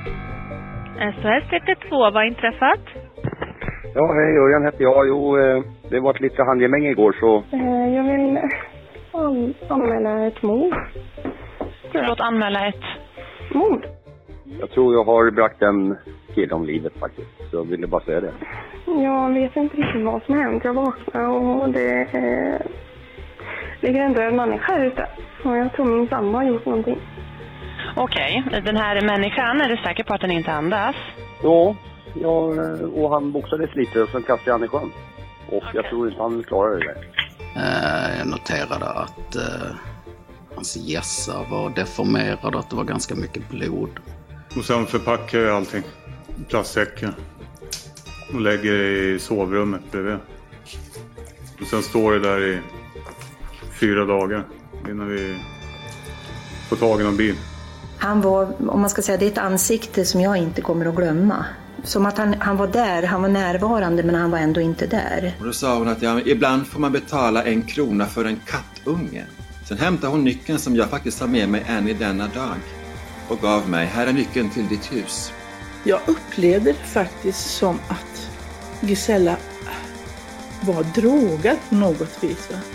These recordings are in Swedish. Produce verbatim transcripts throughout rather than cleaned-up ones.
S O S ett två, vad inträffat? Ja, hej, Örjan heter jag. Jo, eh, det var ett lite handgemäng igår så... Eh, jag vill an- anmäla ett mord. Förlåt, anmäla ett... Mord? Jag tror jag har bragt en kille om livet faktiskt. Så jag ville bara säga det. Jag vet inte riktigt vad som hänt. Jag vaknade och det eh, ligger en död människa ute. Och jag tror min sambo har gjort någonting. Okej, okay. Den här människan, är du säker på att den inte andas? Ja, ja och han boxades lite och sen kastade han i sjön. Och okay. Jag tror inte han klarade det. Uh, jag noterade att uh, hans gässa var deformerad och att det var ganska mycket blod. Och sen förpackar jag allting i plastsäcken och lägger det i sovrummet bredvid. Och sen står det där i fyra dagar innan vi får tag i någon bil. Han var, om man ska säga, det är ett ansikte som jag inte kommer att glömma. Som att han, han var där, han var närvarande men han var ändå inte där. Och då sa hon att ja, ibland får man betala en krona för en kattunge. Sen hämtade hon nyckeln som jag faktiskt har med mig än i denna dag. Och gav mig, här är nyckeln till ditt hus. Jag upplevde det faktiskt som att Gisela var drogad på något vis. Va?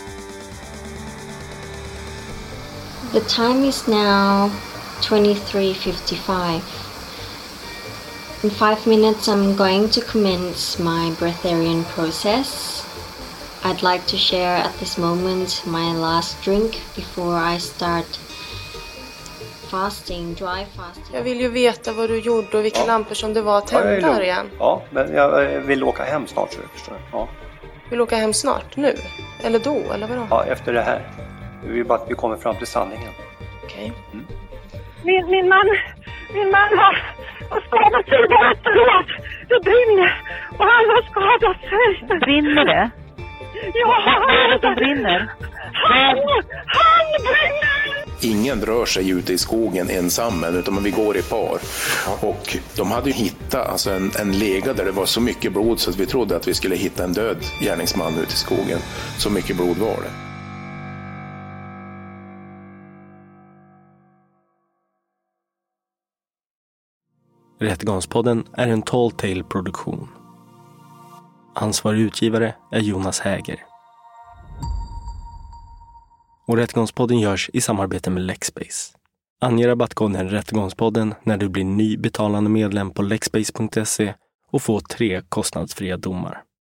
The time is now twenty-three fifty-five. In five minutes I'm going to commence my breatharian process. I'd like to share at this moment my last drink before I start fasting, dry fasting. Jag vill ju veta vad du gjorde och vilka ja. lampor som det var tända ja, igen. Ja, men jag vill åka hem snart så jag förstår. Ja. Vill åka hem snart? Nu? Eller då? Eller vadå? Ja, efter det här. Vi vill bara att vi kommer fram till sanningen. Okej. Okay. Mm. Min, min man, min man har, har skadat sig efteråt. Det brinner och han har skadat sig. Brinner det? Ja, vad är det som brinner? Han, han brinner! Ingen rör sig ute i skogen ensam, utan vi går i par. Och de hade ju hittat alltså en, en lega där det var så mycket blod så att vi trodde att vi skulle hitta en död gärningsman ute i skogen. Så mycket blod var det. Rättegångspodden är en Tall Tale-produktion. Ansvarig utgivare är Jonas Häger. Och Rättegångspodden görs i samarbete med Lexbase. Ange rabattkoden Rättegångspodden när du blir ny betalande medlem på lexbase punkt se och få tre kostnadsfria domar.